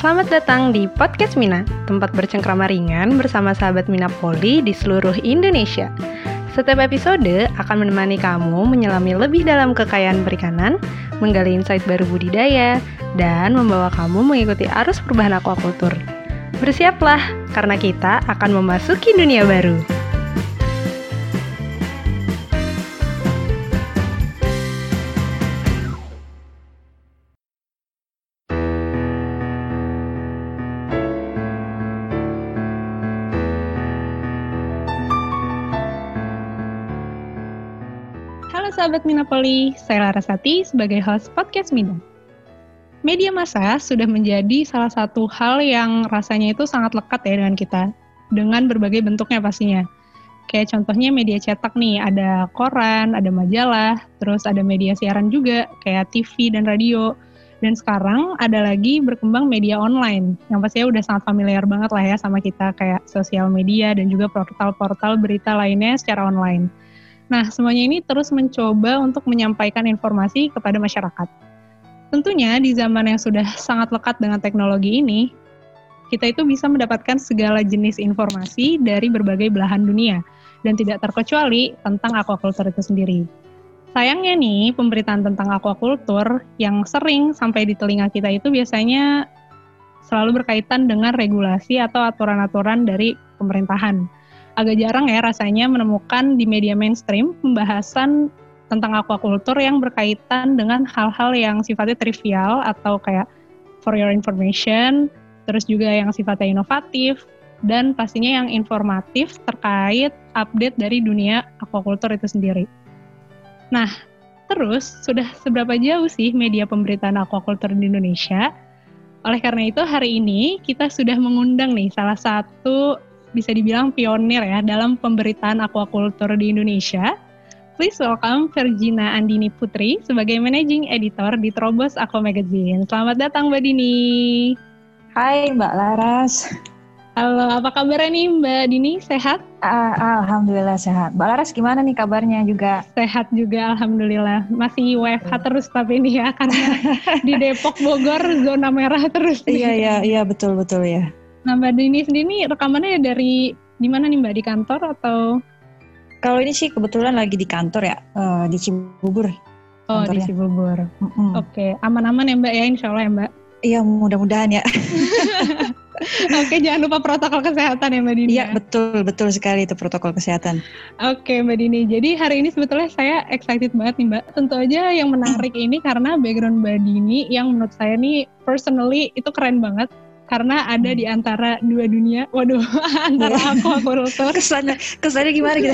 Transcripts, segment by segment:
Selamat datang di Podcast Mina, tempat bercengkrama ringan bersama sahabat Mina Poli di seluruh Indonesia. Setiap episode akan menemani kamu menyelami lebih dalam kekayaan perikanan, menggali insight baru budidaya, dan membawa kamu mengikuti arus perubahan aquaculture. Bersiaplah, karena kita akan memasuki dunia baru. Halo sahabat Minapoli, saya Larasati sebagai host Podcast Mina. Media massa sudah menjadi salah satu hal yang rasanya itu sangat lekat ya dengan kita, dengan berbagai bentuknya pastinya. Kayak contohnya media cetak nih, ada koran, ada majalah, terus ada media siaran juga, kayak TV dan radio. Dan sekarang ada lagi berkembang media online, yang pastinya udah sangat familiar banget lah ya sama kita, kayak sosial media dan juga portal-portal berita lainnya secara online. Nah, semuanya ini terus mencoba untuk menyampaikan informasi kepada masyarakat. Tentunya di zaman yang sudah sangat lekat dengan teknologi ini, kita itu bisa mendapatkan segala jenis informasi dari berbagai belahan dunia, dan tidak terkecuali tentang aquaculture itu sendiri. Sayangnya nih, pemberitaan tentang aquaculture yang sering sampai di telinga kita itu biasanya selalu berkaitan dengan regulasi atau aturan-aturan dari pemerintahan. Agak jarang ya rasanya menemukan di media mainstream pembahasan tentang aquaculture yang berkaitan dengan hal-hal yang sifatnya trivial atau kayak for your information, terus juga yang sifatnya inovatif, dan pastinya yang informatif terkait update dari dunia aquaculture itu sendiri. Nah, terus sudah seberapa jauh sih media pemberitaan aquaculture di Indonesia? Oleh karena itu hari ini kita sudah mengundang nih salah satu bisa dibilang pionir ya dalam pemberitaan aquaculture di Indonesia. Please welcome Virgina Andini Putri sebagai Managing Editor di Trobos Aqua Magazine. Selamat datang Mbak Dini. Hai Mbak Laras. Halo, apa kabarnya nih Mbak Dini? Sehat? Alhamdulillah sehat. Mbak Laras gimana nih kabarnya juga? Sehat juga, Alhamdulillah. Masih WFH terus tapi ini ya, karena di Depok, Bogor, zona merah terus. Iya, betul ya. Nah Mbak Dini sendiri rekamannya dari di mana nih Mbak? Di kantor atau? Kalau ini sih kebetulan lagi di kantor ya, di Cibubur. Oh kantornya. Di Cibubur. Oke, aman-aman ya Mbak ya, insya Allah ya Mbak? Iya mudah-mudahan ya. Oke, jangan lupa protokol kesehatan ya Mbak Dini. Iya betul sekali itu protokol kesehatan. Oke Mbak Dini, jadi hari ini sebetulnya saya excited banget nih Mbak. Tentu aja yang menarik ini karena background Mbak Dini yang menurut saya nih personally itu keren banget. Karena ada di antara dua dunia, antara aquaculture. Kesannya gimana gitu?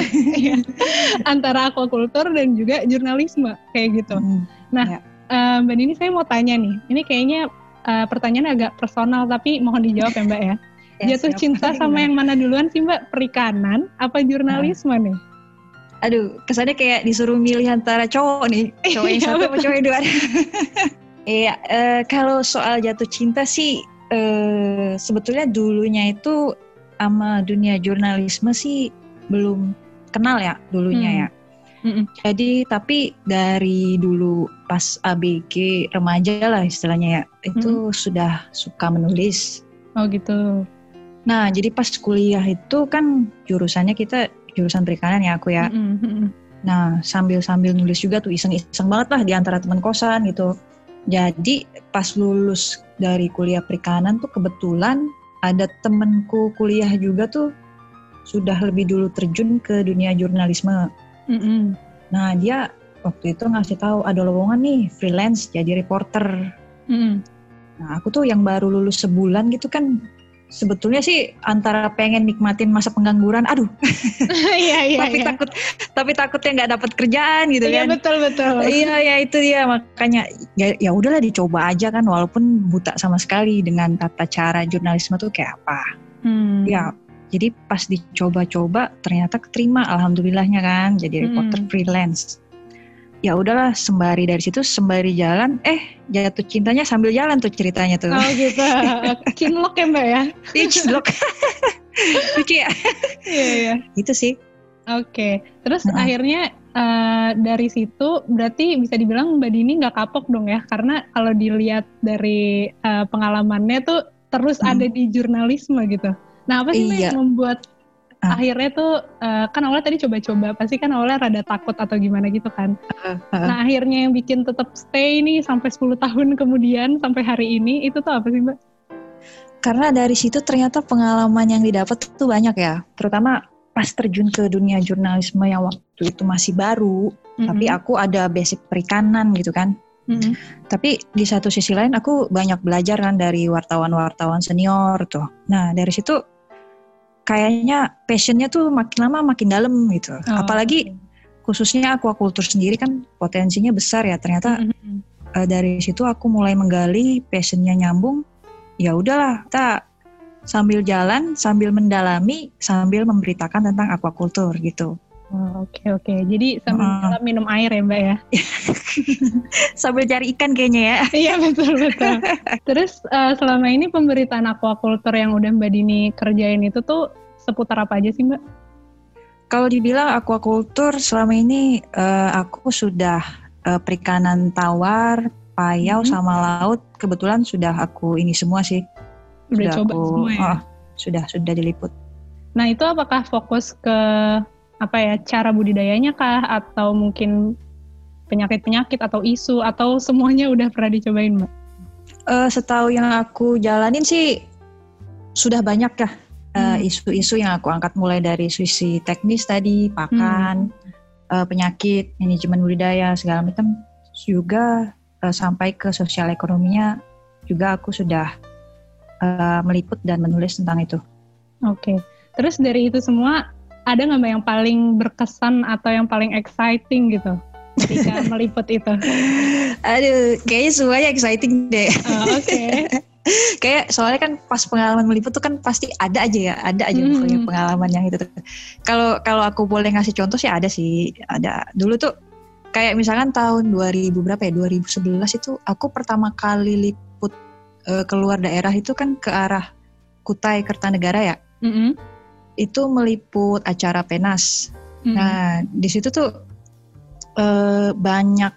Antara aquaculture dan juga jurnalisme, kayak gitu. Nah, Mbak Dini saya mau tanya nih, ini kayaknya pertanyaannya agak personal, tapi mohon dijawab ya Mbak ya. Jatuh cinta sama yang mana duluan sih Mbak? Perikanan apa jurnalisme nih? Aduh, kesannya kayak disuruh milih antara cowok nih. Cowok yang satu sama cowok yang dua. Iya, kalau soal jatuh cinta sih, sebetulnya dulunya itu sama dunia jurnalisme sih belum kenal ya dulunya ya. Jadi tapi dari dulu pas ABG remaja lah istilahnya ya, itu sudah suka menulis. Oh gitu. Nah jadi pas kuliah itu kan jurusannya kita jurusan perikanan ya aku ya. Nah sambil nulis juga tuh iseng-iseng banget lah di antara teman kosan gitu. Jadi pas lulus dari kuliah perikanan tuh kebetulan ada temenku kuliah juga tuh sudah lebih dulu terjun ke dunia jurnalisme. Nah dia waktu itu ngasih tahu ada lowongan nih freelance jadi reporter. Nah aku tuh yang baru lulus sebulan gitu kan sebetulnya sih antara pengen nikmatin masa pengangguran, aduh. Iya. Tapi takutnya nggak dapat kerjaan gitu kan. Iya betul. Iya itu dia makanya ya udahlah dicoba aja kan walaupun buta sama sekali dengan tata cara jurnalisme tuh kayak apa. Ya jadi pas dicoba-coba ternyata keterima alhamdulillahnya kan jadi reporter freelance. Ya udahlah sembari dari situ sembari jalan jatuh cintanya sambil jalan tuh ceritanya tuh. Oh gitu. Cinlok ya Mbak ya? Iya cinlok. Lucu ya? Iya. Itu sih. Oke. Terus akhirnya dari situ berarti bisa dibilang Mbak Dini nggak kapok dong ya? Karena kalau dilihat dari pengalamannya tuh terus ada di jurnalisme gitu. Nah apa sih yang membuat akhirnya tuh kan awalnya tadi coba-coba, pasti kan awalnya rada takut atau gimana gitu kan. Nah akhirnya yang bikin tetap stay nih sampai 10 tahun kemudian sampai hari ini itu tuh apa sih Mbak? Karena dari situ ternyata pengalaman yang didapat tuh banyak ya, terutama pas terjun ke dunia jurnalisme yang waktu itu masih baru, tapi aku ada basic perikanan gitu kan. Tapi di satu sisi lain aku banyak belajar kan dari wartawan-wartawan senior tuh. Nah dari situ kayaknya passionnya tuh makin lama makin dalam gitu. Apalagi khususnya aquaculture sendiri kan potensinya besar ya. Ternyata dari situ aku mulai menggali passionnya nyambung. Ya udahlah, kita sambil jalan, sambil mendalami, sambil memberitakan tentang aquaculture gitu. Oke. Jadi sambil jalan minum air ya Mbak ya? Sambil cari ikan kayaknya ya. Iya betul. Terus selama ini pemberitaan aquaculture yang udah Mbak Dini kerjain itu tuh seputar apa aja sih Mbak? Kalau dibilang aquaculture selama ini aku sudah perikanan tawar, payau sama laut kebetulan sudah aku ini semua sih. Udah coba semua ya? Sudah diliput. Nah itu apakah fokus ke cara budidayanya kah, atau mungkin penyakit-penyakit atau isu, atau semuanya udah pernah dicobain Mbak? Setahu yang aku jalanin sih sudah banyak ya isu-isu yang aku angkat, mulai dari sisi teknis tadi, pakan, penyakit, manajemen budidaya segala macam, juga sampai ke sosial ekonominya juga aku sudah meliput dan menulis tentang itu. Oke. Terus dari itu semua ada nggak Mbak yang paling berkesan atau yang paling exciting gitu ketika meliput itu? Aduh, kayaknya semuanya exciting deh. Oke. Kayak soalnya kan pas pengalaman meliput tuh kan pasti ada aja pokoknya pengalaman yang itu. Kalau aku boleh ngasih contoh sih ada. Dulu tuh kayak misalkan tahun 2011 itu aku pertama kali liput keluar daerah itu kan ke arah Kutai Kertanegara ya. Itu meliput acara Penas. Nah di situ tuh banyak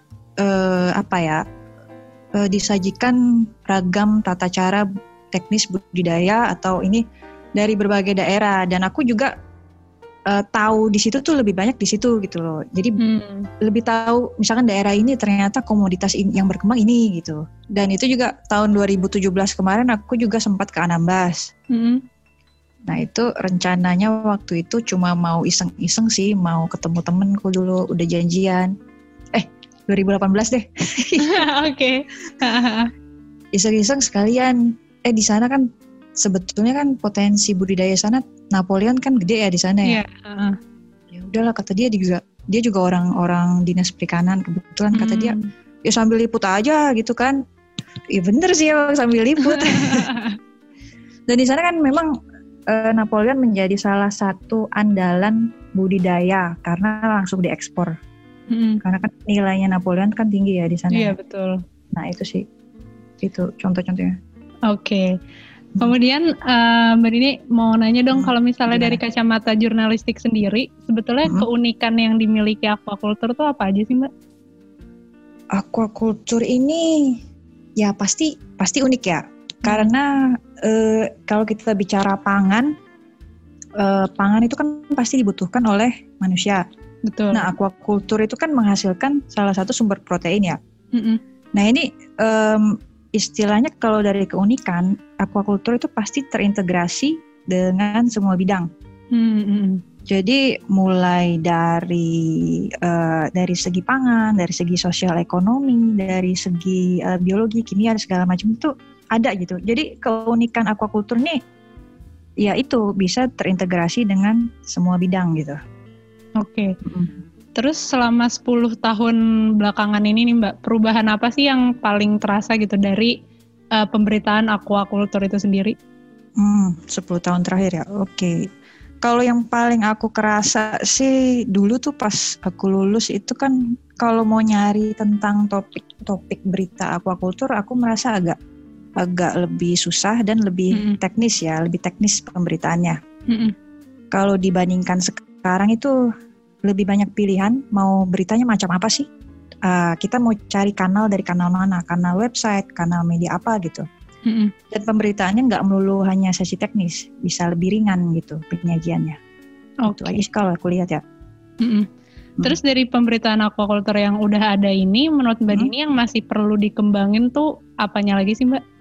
disajikan ragam tata cara teknis budidaya atau ini dari berbagai daerah, dan aku juga tahu di situ tuh lebih banyak di situ gitu loh. Jadi lebih tahu misalkan daerah ini ternyata komoditas yang berkembang ini gitu. Dan itu juga tahun 2017 kemarin aku juga sempat ke Anambas. Nah itu rencananya waktu itu cuma mau iseng-iseng sih, mau ketemu temenku dulu, udah janjian. 2018 deh. Oke. Iseng-iseng sekalian. Di sana kan sebetulnya kan potensi budidaya sana, Napoleon kan gede ya di sana ya. Ya udahlah kata dia juga orang dinas perikanan kebetulan, kata dia ya sambil liput aja gitu kan. Ya bener sih ya, sambil liput. Dan di sana kan memang Napoleon menjadi salah satu andalan budidaya karena langsung diekspor. Karena kan nilainya Napoleon kan tinggi ya di sana. Iya betul. Nah itu sih, itu contoh-contohnya. Oke. Kemudian Mbak Dini mau nanya dong, kalau misalnya dari kacamata jurnalistik sendiri, sebetulnya keunikan yang dimiliki aquaculture itu apa aja sih Mbak? Aquaculture ini ya pasti unik ya. Karena kalau kita bicara pangan itu kan pasti dibutuhkan oleh manusia. Betul. Nah, aquaculture itu kan menghasilkan salah satu sumber protein ya. Nah ini istilahnya kalau dari keunikan, aquaculture itu pasti terintegrasi dengan semua bidang. Jadi mulai dari segi pangan, dari segi sosial ekonomi, dari segi biologi, kimia dan segala macam itu ada gitu. Jadi keunikan aquaculture ini ya itu bisa terintegrasi dengan semua bidang gitu. Oke. Terus selama 10 tahun belakangan ini nih Mbak, perubahan apa sih yang paling terasa gitu dari pemberitaan aquaculture itu sendiri? 10 tahun terakhir ya, oke. Kalau yang paling aku kerasa sih dulu tuh pas aku lulus itu kan kalau mau nyari tentang topik berita aquaculture aku merasa agak lebih susah dan lebih teknis ya, lebih teknis pemberitaannya. Kalau dibandingkan sekarang itu lebih banyak pilihan, mau beritanya macam apa sih? Kita mau cari kanal dari kanal mana, kanal website, kanal media apa gitu. Dan pemberitaannya nggak melulu hanya sesi teknis, bisa lebih ringan gitu penyajiannya. Itu aja sih kalau aku lihat ya. Terus dari pemberitaan aquaculture yang udah ada ini, menurut Mbak Dini yang masih perlu dikembangin tuh apanya lagi sih Mbak?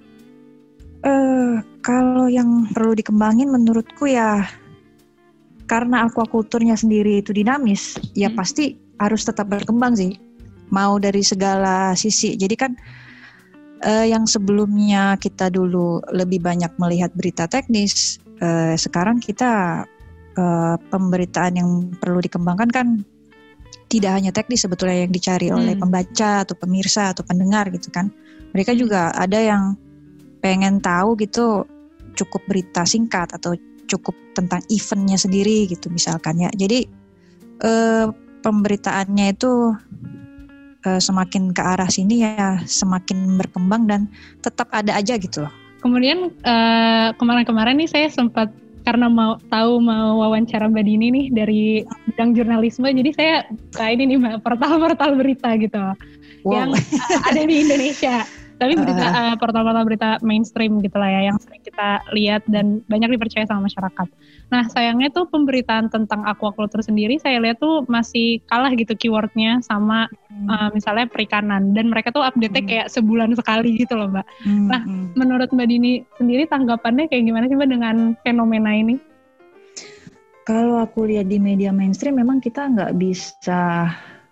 Kalau yang perlu dikembangin menurutku ya, karena aquaculturnya sendiri itu dinamis, ya pasti harus tetap berkembang sih. Mau dari segala sisi. Jadi kan yang sebelumnya kita dulu lebih banyak melihat berita teknis, sekarang kita pemberitaan yang perlu dikembangkan kan tidak hanya teknis sebetulnya yang dicari oleh pembaca atau pemirsa atau pendengar gitu kan. Mereka juga ada yang pengen tahu gitu, cukup berita singkat atau cukup tentang eventnya sendiri gitu misalkan ya. Jadi pemberitaannya itu semakin ke arah sini ya semakin berkembang dan tetap ada aja gitu loh. Kemudian kemarin-kemarin nih saya sempat karena mau wawancara Mbak Dini nih dari bidang jurnalisme, jadi saya ini nih Mbak, portal-portal berita gitu yang ada di Indonesia. Tapi berita portal-portal berita mainstream gitu lah ya, yang sering kita lihat dan banyak dipercaya sama masyarakat. Nah sayangnya tuh pemberitaan tentang aquaculture sendiri saya lihat tuh masih kalah gitu keywordnya sama misalnya perikanan. Dan mereka tuh update-nya kayak sebulan sekali gitu loh Mbak. Nah menurut Mbak Dini sendiri tanggapannya kayak gimana sih Mbak dengan fenomena ini? Kalau aku lihat di media mainstream memang kita nggak bisa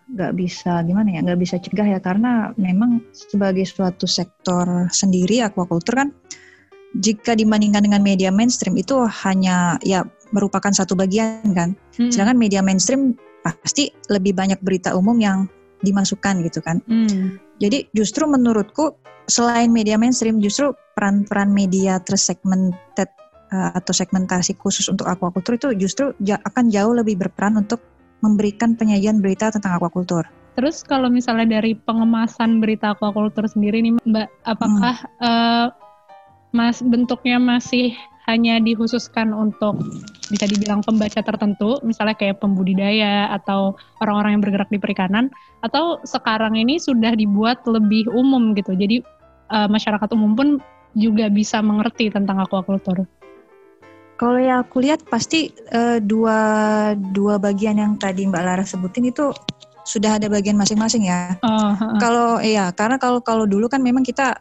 cegah ya, karena memang sebagai suatu sektor sendiri aquaculture kan jika dibandingkan dengan media mainstream itu hanya ya merupakan satu bagian kan. Sedangkan media mainstream pasti lebih banyak berita umum yang dimasukkan gitu kan. Jadi justru menurutku selain media mainstream, justru peran-peran media tersegmented atau segmentasi khusus untuk aquaculture itu justru akan jauh lebih berperan untuk memberikan penyajian berita tentang aquaculture. Terus kalau misalnya dari pengemasan berita aquaculture sendiri nih Mbak, apakah bentuknya masih hanya dikhususkan untuk bisa dibilang pembaca tertentu, misalnya kayak pembudidaya atau orang-orang yang bergerak di perikanan, atau sekarang ini sudah dibuat lebih umum gitu, jadi masyarakat umum pun juga bisa mengerti tentang aquaculture? Kalau yang aku lihat pasti dua bagian yang tadi Mbak Lara sebutin itu sudah ada bagian masing-masing ya. Karena kalau dulu kan memang kita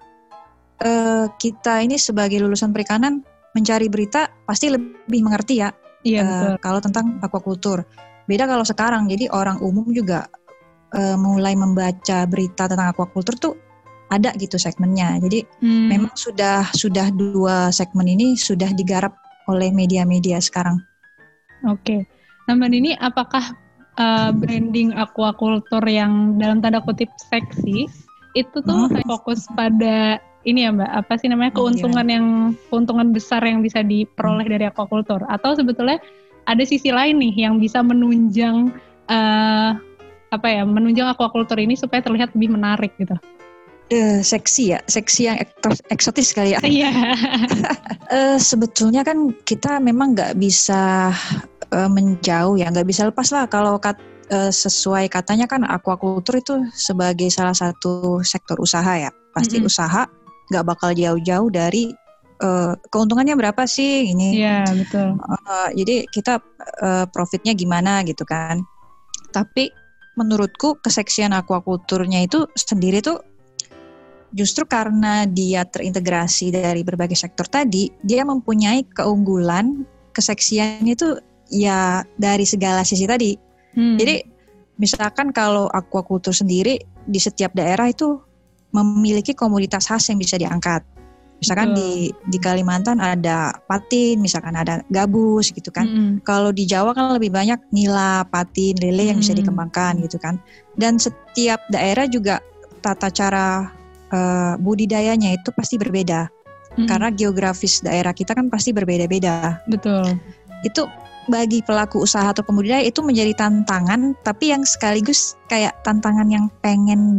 ini sebagai lulusan perikanan mencari berita pasti lebih mengerti ya. Iya betul. Kalau tentang aquaculture. Beda kalau sekarang, jadi orang umum juga mulai membaca berita tentang aquaculture tuh ada gitu segmennya. Jadi memang sudah dua segmen ini sudah digarap oleh media-media sekarang. Oke. Nah Mbak Dini, apakah branding aquaculture yang dalam tanda kutip seksi itu tuh fokus pada ini ya Mbak, apa sih namanya, keuntungan besar yang bisa diperoleh dari aquaculture, atau sebetulnya ada sisi lain nih yang bisa menunjang menunjang aquaculture ini supaya terlihat lebih menarik gitu? Seksi yang eksotis kali ya. Iya. Sebetulnya kan kita memang nggak bisa menjauh ya, nggak bisa lepas lah kalau sesuai katanya kan aquaculture itu sebagai salah satu sektor usaha ya. Pasti usaha nggak bakal jauh-jauh dari keuntungannya berapa sih ini. Iya betul. Jadi kita profitnya gimana gitu kan. Tapi menurutku keseksian aquaculture-nya itu sendiri tuh justru karena dia terintegrasi dari berbagai sektor tadi, dia mempunyai keunggulan, keseksiannya itu ya dari segala sisi tadi. Jadi misalkan kalau aquaculture sendiri di setiap daerah itu memiliki komoditas khas yang bisa diangkat. Misalkan di Kalimantan ada patin, misalkan ada gabus gitu kan. Kalau di Jawa kan lebih banyak nila, patin, lele yang bisa dikembangkan gitu kan. Dan setiap daerah juga tata cara budidayanya itu pasti berbeda. Karena geografis daerah kita kan pasti berbeda-beda. Betul. Itu bagi pelaku usaha atau pembudidaya itu menjadi tantangan, tapi yang sekaligus kayak tantangan yang pengen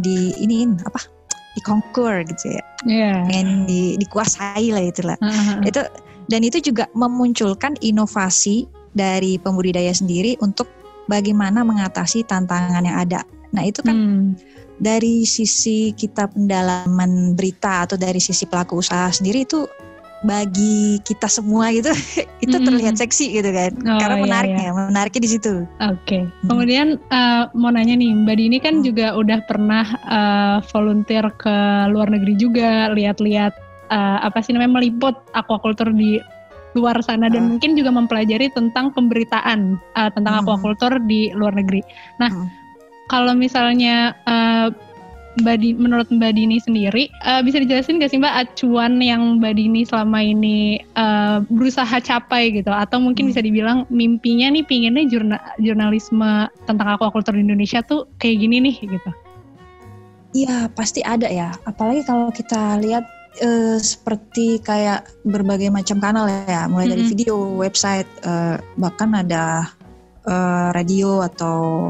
dikonkur gitu ya. Pengen dikuasai lah itulah. Itu juga memunculkan inovasi dari pembudidaya sendiri untuk bagaimana mengatasi tantangan yang ada. Nah itu kan dari sisi kita pendalaman berita atau dari sisi pelaku usaha sendiri itu bagi kita semua gitu itu terlihat seksi gitu kan, karena menariknya di situ. Oke. Kemudian mau nanya nih, Mbak Dini kan juga udah pernah volunteer ke luar negeri juga, lihat-lihat meliput aquaculture di luar sana dan mungkin juga mempelajari tentang pemberitaan tentang aquaculture di luar negeri. Nah, kalau misalnya menurut Mbak Dini sendiri, bisa dijelasin nggak sih Mbak acuan yang Mbak Dini selama ini berusaha capai gitu, atau mungkin bisa dibilang mimpinya nih pinginnya jurnalisme tentang aquaculture di Indonesia tuh kayak gini nih gitu? Iya pasti ada ya, apalagi kalau kita lihat seperti kayak berbagai macam kanal ya, mulai dari video, website, bahkan ada radio atau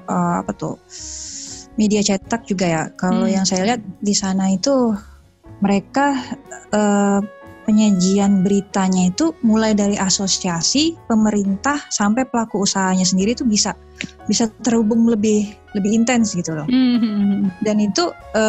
media cetak juga ya. Kalau yang saya lihat di sana itu mereka penyajian beritanya itu mulai dari asosiasi, pemerintah sampai pelaku usahanya sendiri itu bisa terhubung lebih intens gitu loh. Dan itu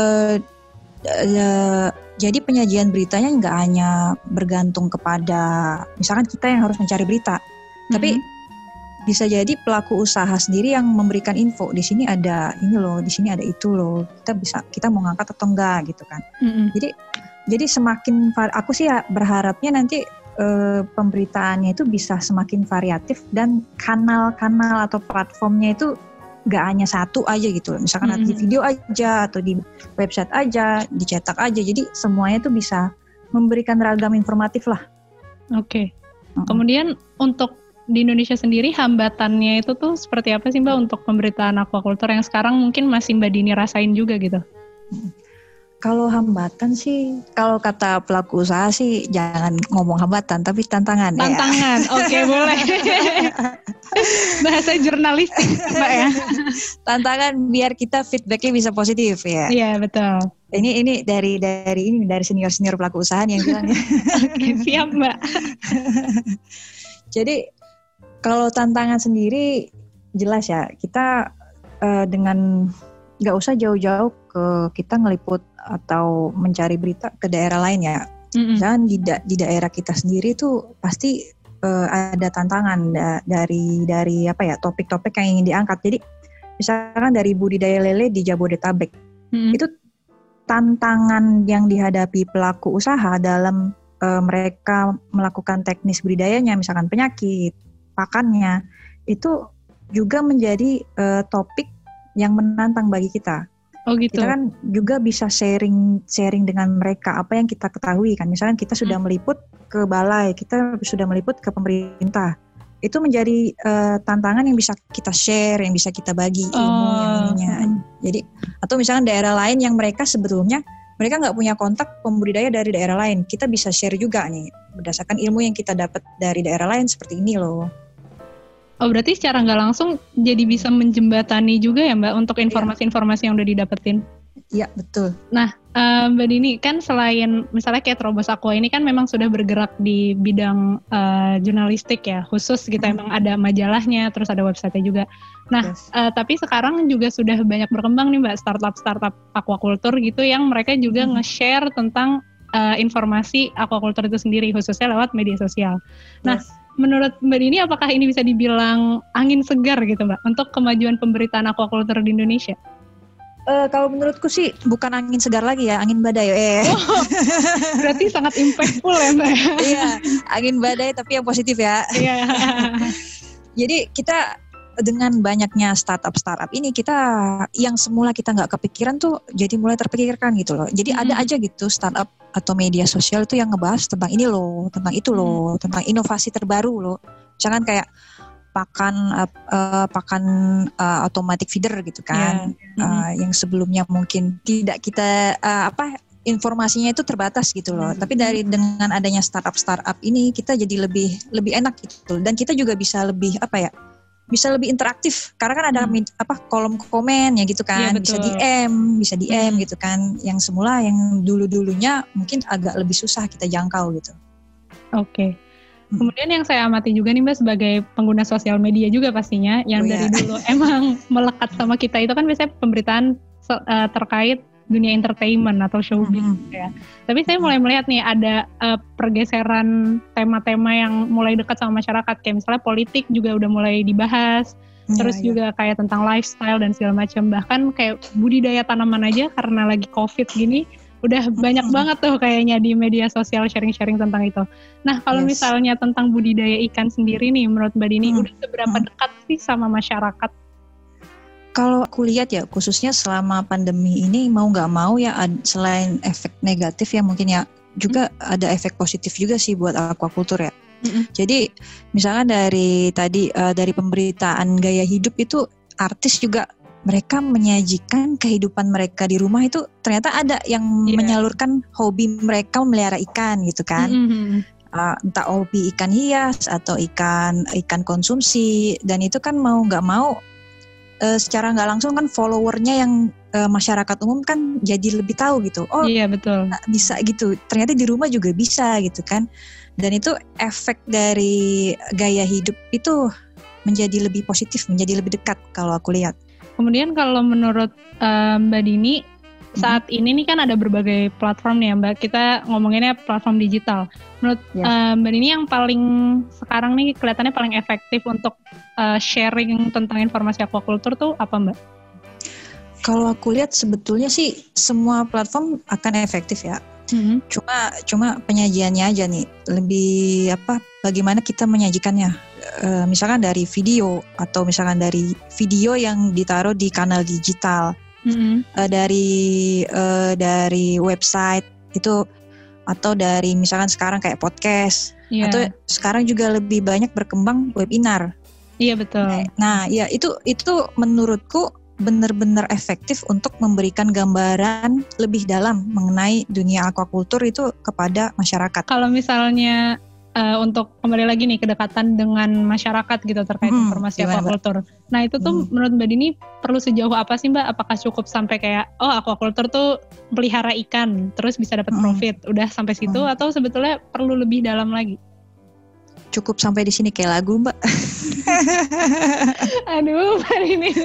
jadi penyajian beritanya nggak hanya bergantung kepada misalkan kita yang harus mencari berita, tapi bisa jadi pelaku usaha sendiri yang memberikan info, di sini ada ini loh, di sini ada itu loh, kita mau ngangkat atau enggak gitu kan. Jadi semakin aku sih ya berharapnya nanti pemberitaannya itu bisa semakin variatif dan kanal-kanal atau platformnya itu nggak hanya satu aja gitu loh. Misalkan di video aja atau di website aja, dicetak aja, jadi semuanya itu bisa memberikan ragam informatif lah. Oke. Kemudian untuk di Indonesia sendiri hambatannya itu tuh seperti apa sih Mbak untuk pemberitaan aquaculture yang sekarang mungkin masih Mbak Dini rasain juga gitu? Kalau hambatan sih, kalau kata pelaku usaha sih jangan ngomong hambatan, tapi tantangan. Tantangan, ya. Oke, boleh. Bahasa jurnalistik Mbak ya. Tantangan biar kita feedbacknya bisa positif ya. Iya betul. Ini dari senior pelaku usaha yang bilang. Oke, siap Mbak. Jadi kalau tantangan sendiri jelas ya, kita dengan nggak usah jauh-jauh kita ngeliput atau mencari berita ke daerah lain ya. Dan di daerah kita sendiri tuh pasti ada tantangan dari topik-topik yang ingin diangkat. Jadi misalkan dari budidaya lele di Jabodetabek, itu tantangan yang dihadapi pelaku usaha dalam mereka melakukan teknis budidayanya, misalkan penyakit, pakannya, itu juga menjadi topik yang menantang bagi kita. Oh gitu. Kita kan juga bisa sharing dengan mereka apa yang kita ketahui kan. Misalkan kita sudah meliput ke balai, kita sudah meliput ke pemerintah. Itu menjadi tantangan yang bisa kita share, yang bisa kita bagi ilmu yang ininya. Jadi atau misalkan daerah lain yang mereka sebetulnya mereka nggak punya kontak pembudidaya dari daerah lain, kita bisa share juga nih berdasarkan ilmu yang kita dapat dari daerah lain seperti ini loh. Oh berarti secara nggak langsung jadi bisa menjembatani juga ya Mbak untuk informasi-informasi yang udah didapetin? Iya betul. Nah Mbak Dini kan selain misalnya kayak Terobos Aqua ini kan memang sudah bergerak di bidang jurnalistik ya khusus gitu, emang ada majalahnya, terus ada website-nya juga. Nah tapi sekarang juga sudah banyak berkembang nih Mbak startup aquaculture gitu yang mereka juga nge-share tentang informasi aquaculture itu sendiri khususnya lewat media sosial. Nah menurut Mbak Dini apakah ini bisa dibilang angin segar gitu Mbak untuk kemajuan pemberitaan aquaculture di Indonesia? Kalau menurutku sih bukan angin segar lagi ya, angin badai. Berarti sangat impactful ya Mbak. Iya, angin badai tapi yang positif ya. Iya. Jadi kita dengan banyaknya startup ini kita yang semula kita nggak kepikiran tuh jadi mulai terpikirkan gitu loh. Jadi ada aja gitu startup atau media sosial itu yang ngebahas tentang ini loh, tentang itu loh, tentang inovasi terbaru loh. Misalkan kayak pakan automatic feeder gitu kan, yang sebelumnya mungkin tidak kita informasinya itu terbatas gitu loh. Tapi dengan adanya startup ini kita jadi lebih enak gitu. Dan kita juga bisa lebih bisa lebih interaktif karena kan ada kolom komen ya gitu kan, bisa DM gitu kan, yang semula yang dulunya mungkin agak lebih susah kita jangkau gitu. Oke. Kemudian yang saya amati juga nih Mbak sebagai pengguna sosial media juga pastinya, yang dari dulu emang melekat sama kita itu kan biasanya pemberitaan terkait dunia entertainment atau showbiz ya. Tapi saya mulai melihat nih ada pergeseran tema-tema yang mulai dekat sama masyarakat, kayak misalnya politik juga udah mulai dibahas. Terus juga kayak tentang lifestyle dan segala macam, bahkan kayak budidaya tanaman aja karena lagi COVID gini udah banyak banget tuh kayaknya di media sosial sharing-sharing tentang itu. Nah kalau misalnya tentang budidaya ikan sendiri nih, menurut Mbak Dini udah seberapa dekat sih sama masyarakat? Kalau aku lihat ya, khususnya selama pandemi ini mau nggak mau ya, selain efek negatif ya mungkin ya, juga ada efek positif juga sih buat aquaculture ya. Jadi misalnya dari pemberitaan gaya hidup itu, artis juga mereka menyajikan kehidupan mereka di rumah itu ternyata ada yang menyalurkan hobi mereka memelihara ikan gitu kan. Entah hobi ikan hias atau ikan konsumsi, dan itu kan mau nggak mau secara nggak langsung kan followernya yang masyarakat umum kan jadi lebih tahu gitu. Oh iya betul. Bisa gitu. Ternyata di rumah juga bisa gitu kan. Dan itu efek dari gaya hidup itu menjadi lebih positif, menjadi lebih dekat kalau aku lihat. Kemudian kalau menurut Mbak Dini, saat ini nih kan ada berbagai platform nih ya Mbak, kita ngomonginnya platform digital. Menurut Mbak Dini yang paling sekarang nih kelihatannya paling efektif untuk sharing tentang informasi aquaculture tuh apa Mbak? Kalau aku lihat sebetulnya sih semua platform akan efektif ya. Cuma penyajiannya aja nih lebih bagaimana kita menyajikannya, misalkan dari video atau misalkan dari video yang ditaruh di kanal digital, dari website itu, atau dari misalkan sekarang kayak podcast, atau sekarang juga lebih banyak berkembang webinar. Iya betul. Nah ya itu menurutku benar-benar efektif untuk memberikan gambaran lebih dalam mengenai dunia aquaculture itu kepada masyarakat. Kalau misalnya untuk kembali lagi nih kedekatan dengan masyarakat gitu terkait informasi aquaculture. Nah itu tuh menurut Mbak Dini perlu sejauh apa sih Mbak? Apakah cukup sampai kayak aquaculture tuh pelihara ikan terus bisa dapat profit, udah sampai situ, atau sebetulnya perlu lebih dalam lagi? Cukup sampai di sini kayak lagu Mbak. Aduh, hari ini.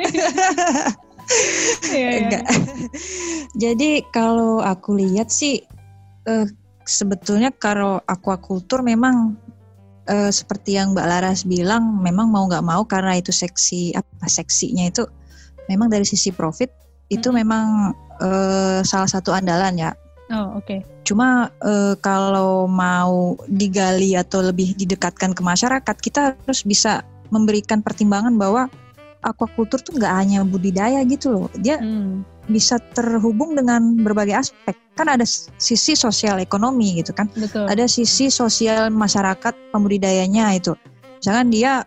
Enggak. Jadi kalau aku lihat sih sebetulnya kalau aquaculture memang seperti yang Mbak Laras bilang, memang mau nggak mau karena itu seksinya itu memang dari sisi profit itu memang salah satu andalan ya. Oh, oke. Cuma kalau mau digali atau lebih didekatkan ke masyarakat, kita harus bisa memberikan pertimbangan bahwa aquaculture tuh nggak hanya budidaya gitu loh. Dia bisa terhubung dengan berbagai aspek. Kan ada sisi sosial ekonomi gitu kan. Betul. Ada sisi sosial masyarakat pembudidayanya itu. Misalkan dia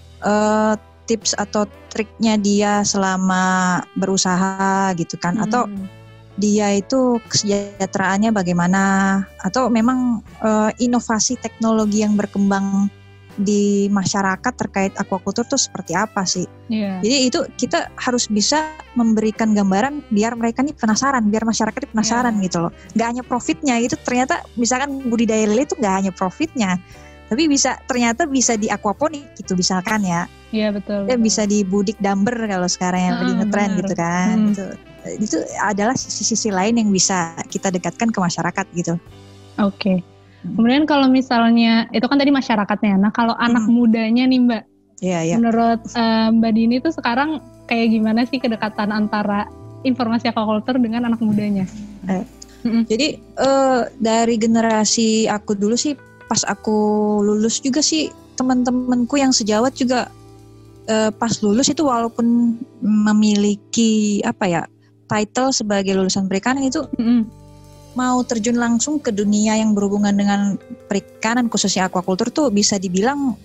tips atau triknya dia selama berusaha gitu kan. Atau dia itu kesejahteraannya bagaimana, atau memang inovasi teknologi yang berkembang di masyarakat terkait aquaculture itu seperti apa sih. Jadi itu kita harus bisa memberikan gambaran biar mereka nih penasaran, biar masyarakat ini penasaran gitu loh. Gak hanya profitnya, itu ternyata misalkan budidaya lele itu gak hanya profitnya, tapi ternyata bisa di aquaponik gitu misalkan ya. Iya betul. Ya bisa di budik damber kalau sekarang yang lagi ngetren gitu kan. Itu adalah sisi-sisi lain yang bisa kita dekatkan ke masyarakat gitu. Oke. Kemudian kalau misalnya itu kan tadi masyarakatnya. Nah kalau anak mudanya nih Mbak, menurut Mbak Dini tuh sekarang kayak gimana sih kedekatan antara informasi aquaculture dengan anak mudanya? Jadi dari generasi aku dulu sih, pas aku lulus juga sih teman-temanku yang sejawat juga pas lulus itu walaupun memiliki title sebagai lulusan perikanan itu mau terjun langsung ke dunia yang berhubungan dengan perikanan khususnya aquaculture tuh bisa dibilang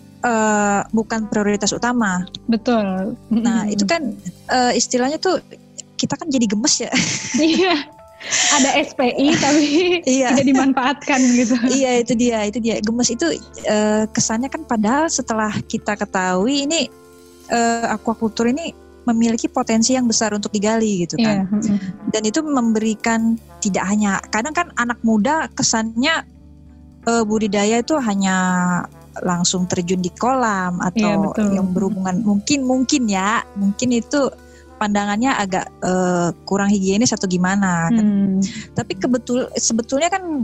bukan prioritas utama. Betul. Nah itu kan istilahnya tuh kita kan jadi gemes ya. Iya. Ada SPI tapi tidak dimanfaatkan gitu. Iya itu dia gemes itu kesannya kan, padahal setelah kita ketahui ini aquaculture ini memiliki potensi yang besar untuk digali gitu kan. Dan itu memberikan tidak hanya, kadang kan anak muda kesannya budidaya itu hanya langsung terjun di kolam atau yang berhubungan mungkin itu pandangannya agak kurang higienis atau gimana kan. Tapi sebetulnya kan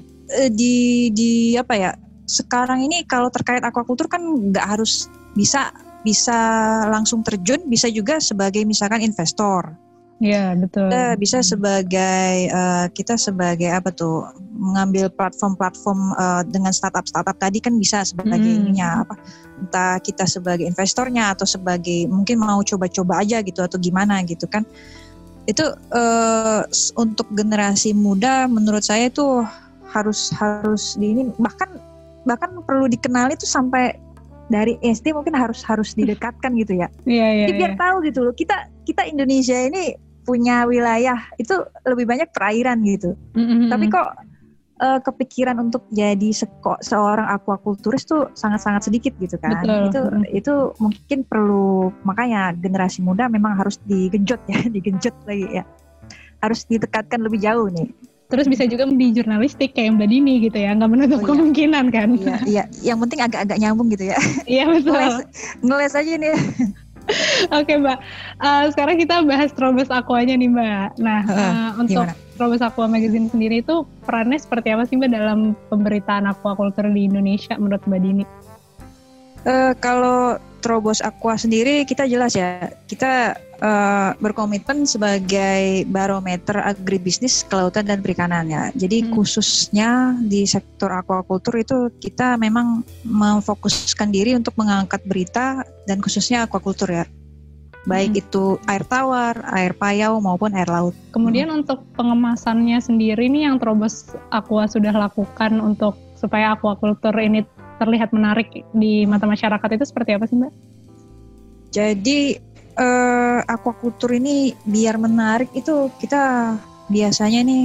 di apa ya, sekarang ini kalau terkait aquaculture kan nggak harus bisa langsung terjun, bisa juga sebagai misalkan investor. Iya, betul. Bisa sebagai kita sebagai apa tuh, mengambil platform dengan startup tadi kan bisa sebagai ininya apa, entah kita sebagai investornya atau sebagai mungkin mau coba-coba aja gitu atau gimana gitu kan. Itu untuk generasi muda menurut saya itu harus di ini, bahkan perlu dikenali tuh sampai dari SD mungkin harus didekatkan gitu ya. Iya. Biar tahu gitu loh, kita Indonesia ini punya wilayah itu lebih banyak perairan gitu. Tapi kok kepikiran untuk jadi seorang aquaculturist tuh sangat-sangat sedikit gitu kan. Betul. Itu mungkin perlu, makanya generasi muda memang harus digenjot lagi ya. Harus ditekatkan lebih jauh nih. Terus bisa juga di jurnalistik kayak Mbak Dini gitu ya, nggak menutup kemungkinan kan. Iya, yang penting agak-agak nyambung gitu ya. Iya, betul. Ngeles aja nih. Oke Mbak, sekarang kita bahas Trobos Aquanya nih Mbak. Nah, untuk Trobos Aqua Magazine sendiri itu perannya seperti apa sih Mbak dalam pemberitaan aquaculture di Indonesia menurut Mbak Dini? Kalau Trobos Aqua sendiri kita jelas ya, kita berkomitmen sebagai barometer agribisnis kelautan dan perikanan ya. Jadi khususnya di sektor aquaculture itu kita memang memfokuskan diri untuk mengangkat berita dan khususnya aquaculture ya. Baik itu air tawar, air payau maupun air laut. Kemudian untuk pengemasannya sendiri nih yang Trobos Aqua sudah lakukan untuk supaya aquaculture ini terlihat menarik di mata masyarakat itu seperti apa sih Mbak? Jadi aquaculture ini biar menarik itu kita biasanya nih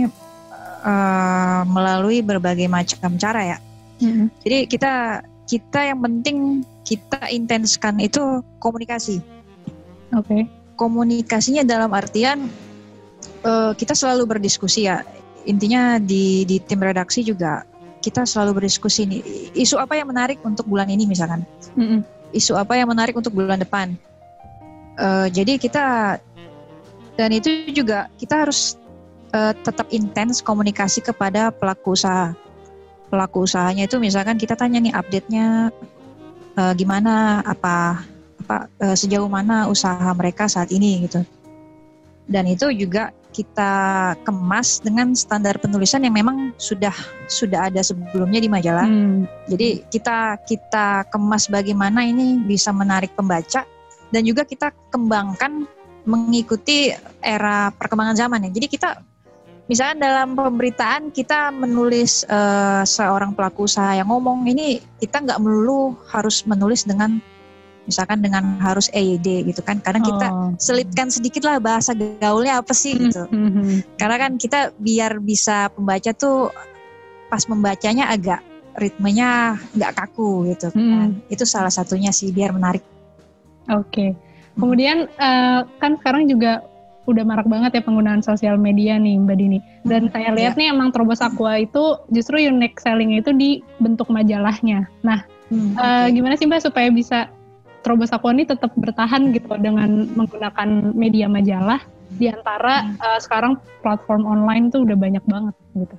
melalui berbagai macam cara ya. Jadi kita yang penting kita intenskan itu komunikasi. Oke. Komunikasinya dalam artian kita selalu berdiskusi ya. Intinya di tim redaksi juga kita selalu berdiskusi nih, isu apa yang menarik untuk bulan ini misalkan, isu apa yang menarik untuk bulan depan. Jadi kita, dan itu juga kita harus tetap intens komunikasi kepada pelaku usaha. Pelaku usahanya itu misalkan kita tanya nih update-nya gimana, apa sejauh mana usaha mereka saat ini gitu. Dan itu juga kita kemas dengan standar penulisan yang memang sudah ada sebelumnya di majalah. Jadi kita kemas bagaimana ini bisa menarik pembaca dan juga kita kembangkan mengikuti era perkembangan zaman ya. Jadi kita misalnya dalam pemberitaan kita menulis seorang pelaku usaha yang ngomong ini, kita nggak melulu harus menulis dengan misalkan dengan harus EYD gitu kan. Kadang kita selipkan sedikit lah bahasa gaulnya apa sih gitu. Karena kan kita biar bisa pembaca tuh pas membacanya agak ritmenya nggak kaku gitu kan. Itu salah satunya sih biar menarik. Oke. Kemudian kan sekarang juga udah marak banget ya penggunaan sosial media nih Mbak Dini. Dan saya lihat nih emang Trobos Aqua itu justru unique selling itu di bentuk majalahnya. Nah, gimana sih Mbak supaya bisa Trobos Aqua ini tetap bertahan gitu dengan menggunakan media majalah di antara sekarang platform online tuh udah banyak banget gitu.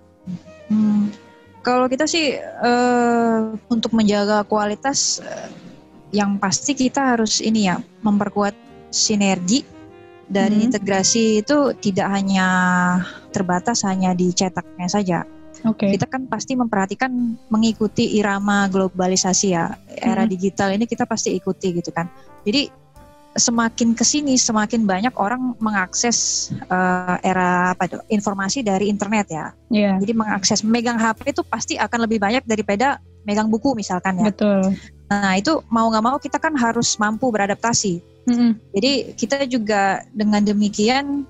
Kalau kita sih untuk menjaga kualitas yang pasti kita harus ini ya, memperkuat sinergi dan integrasi itu tidak hanya terbatas hanya di cetaknya saja. Kita kan pasti memperhatikan mengikuti irama globalisasi ya, era digital ini kita pasti ikuti gitu kan. Jadi semakin kesini semakin banyak orang mengakses era informasi dari internet ya. Jadi mengakses, megang HP itu pasti akan lebih banyak daripada megang buku misalkan ya. Betul. Nah itu mau nggak mau kita kan harus mampu beradaptasi. Jadi kita juga dengan demikian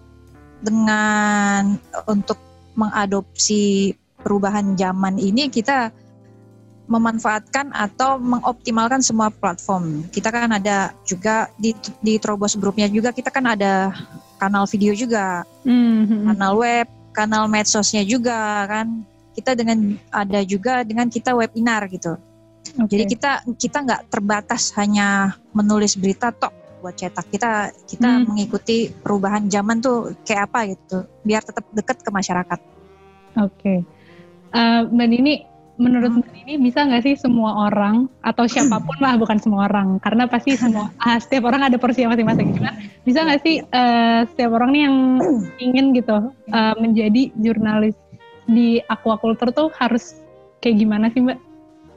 dengan untuk mengadopsi perubahan zaman ini kita memanfaatkan atau mengoptimalkan semua platform. Kita kan ada juga di Trobos Grupnya juga kita kan ada kanal video juga, kanal web, kanal medsosnya juga kan. kita ada juga dengan kita webinar gitu. Jadi kita nggak terbatas hanya menulis berita tok buat cetak. Kita mengikuti perubahan zaman tuh kayak apa gitu, biar tetap dekat ke masyarakat. Oke. Mbak Dini, menurut Mbak Dini bisa nggak sih semua orang atau siapapun lah, bukan semua orang, karena pasti setiap orang ada porsi masing-masing. Cuman bisa nggak sih setiap orang nih yang ingin gitu menjadi jurnalis di aquaculture tuh harus kayak gimana sih Mbak?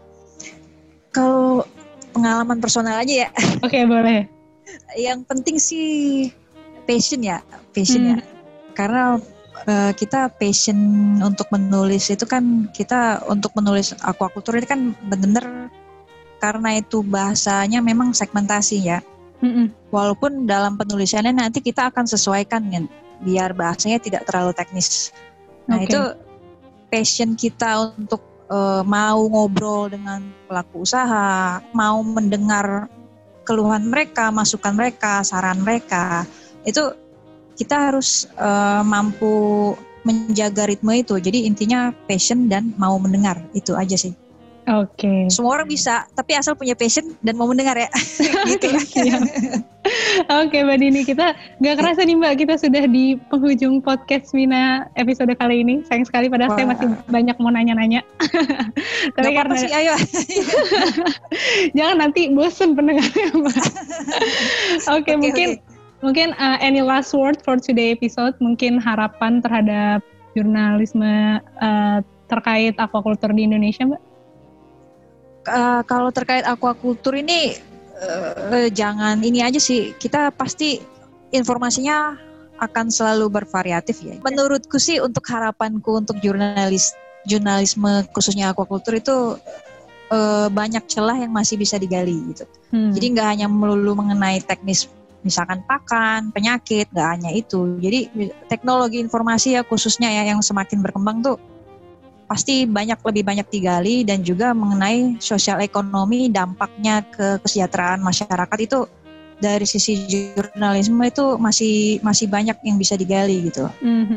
Kalau pengalaman personal aja ya. Oke, boleh. Yang penting sih passion ya. Karena kita passion untuk menulis itu kan, kita untuk menulis aquaculture itu kan benar-benar karena itu bahasanya memang segmentasi ya. Walaupun dalam penulisannya nanti kita akan sesuaikan kan, biar bahasanya tidak terlalu teknis. Nah itu passion kita untuk mau ngobrol dengan pelaku usaha, mau mendengar keluhan mereka, masukan mereka, saran mereka, itu kita harus mampu menjaga ritme itu. Jadi intinya passion dan mau mendengar, itu aja sih. Oke. Semua orang bisa, tapi asal punya passion dan mau mendengar ya. Gitu. Oke Mbak Dini, kita gak kerasa nih Mbak, kita sudah di penghujung podcast Mina episode kali ini. Sayang sekali, padahal saya masih banyak mau nanya-nanya. Tapi karena sih, ayo. Jangan nanti bosen pendengarnya Mbak. Oke, mungkin any last word for today episode, mungkin harapan terhadap jurnalisme terkait aquaculture di Indonesia Mbak? Kalau terkait aquaculture ini jangan ini aja sih, kita pasti informasinya akan selalu bervariatif ya. Menurutku sih, untuk harapanku untuk jurnalisme khususnya aquaculture itu banyak celah yang masih bisa digali gitu. Jadi nggak hanya melulu mengenai teknis, misalkan pakan, penyakit, nggak hanya itu. Jadi teknologi informasi ya khususnya ya yang semakin berkembang tuh pasti lebih banyak digali, dan juga mengenai sosial ekonomi, dampaknya ke kesejahteraan masyarakat itu dari sisi jurnalisme itu masih banyak yang bisa digali gitu.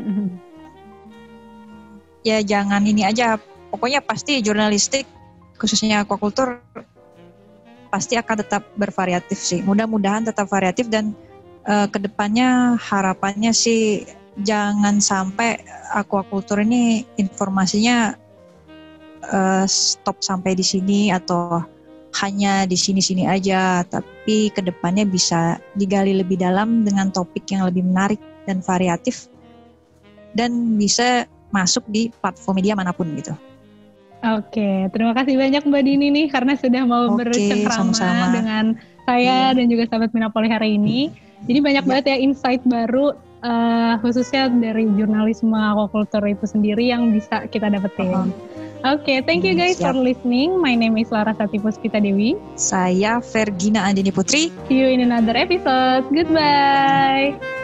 Ya jangan ini aja, pokoknya pasti jurnalistik khususnya aquaculture pasti akan tetap bervariatif sih. Mudah-mudahan tetap variatif, dan kedepannya harapannya sih jangan sampai aquaculture ini informasinya stop sampai di sini atau hanya di sini-sini aja, tapi kedepannya bisa digali lebih dalam dengan topik yang lebih menarik dan variatif, dan bisa masuk di platform media manapun gitu. Oke, terima kasih banyak Mbak Dini nih karena sudah mau bercengkrama dengan saya dan juga sahabat Minapoli hari ini. Jadi banyak banget ya insight baru khususnya dari jurnalisme aquaculture itu sendiri yang bisa kita dapetin. Oke, thank you guys for listening. My name is Larasati Puspita Dewi. Saya Vergina Andini Putri. See you in another episode. Goodbye.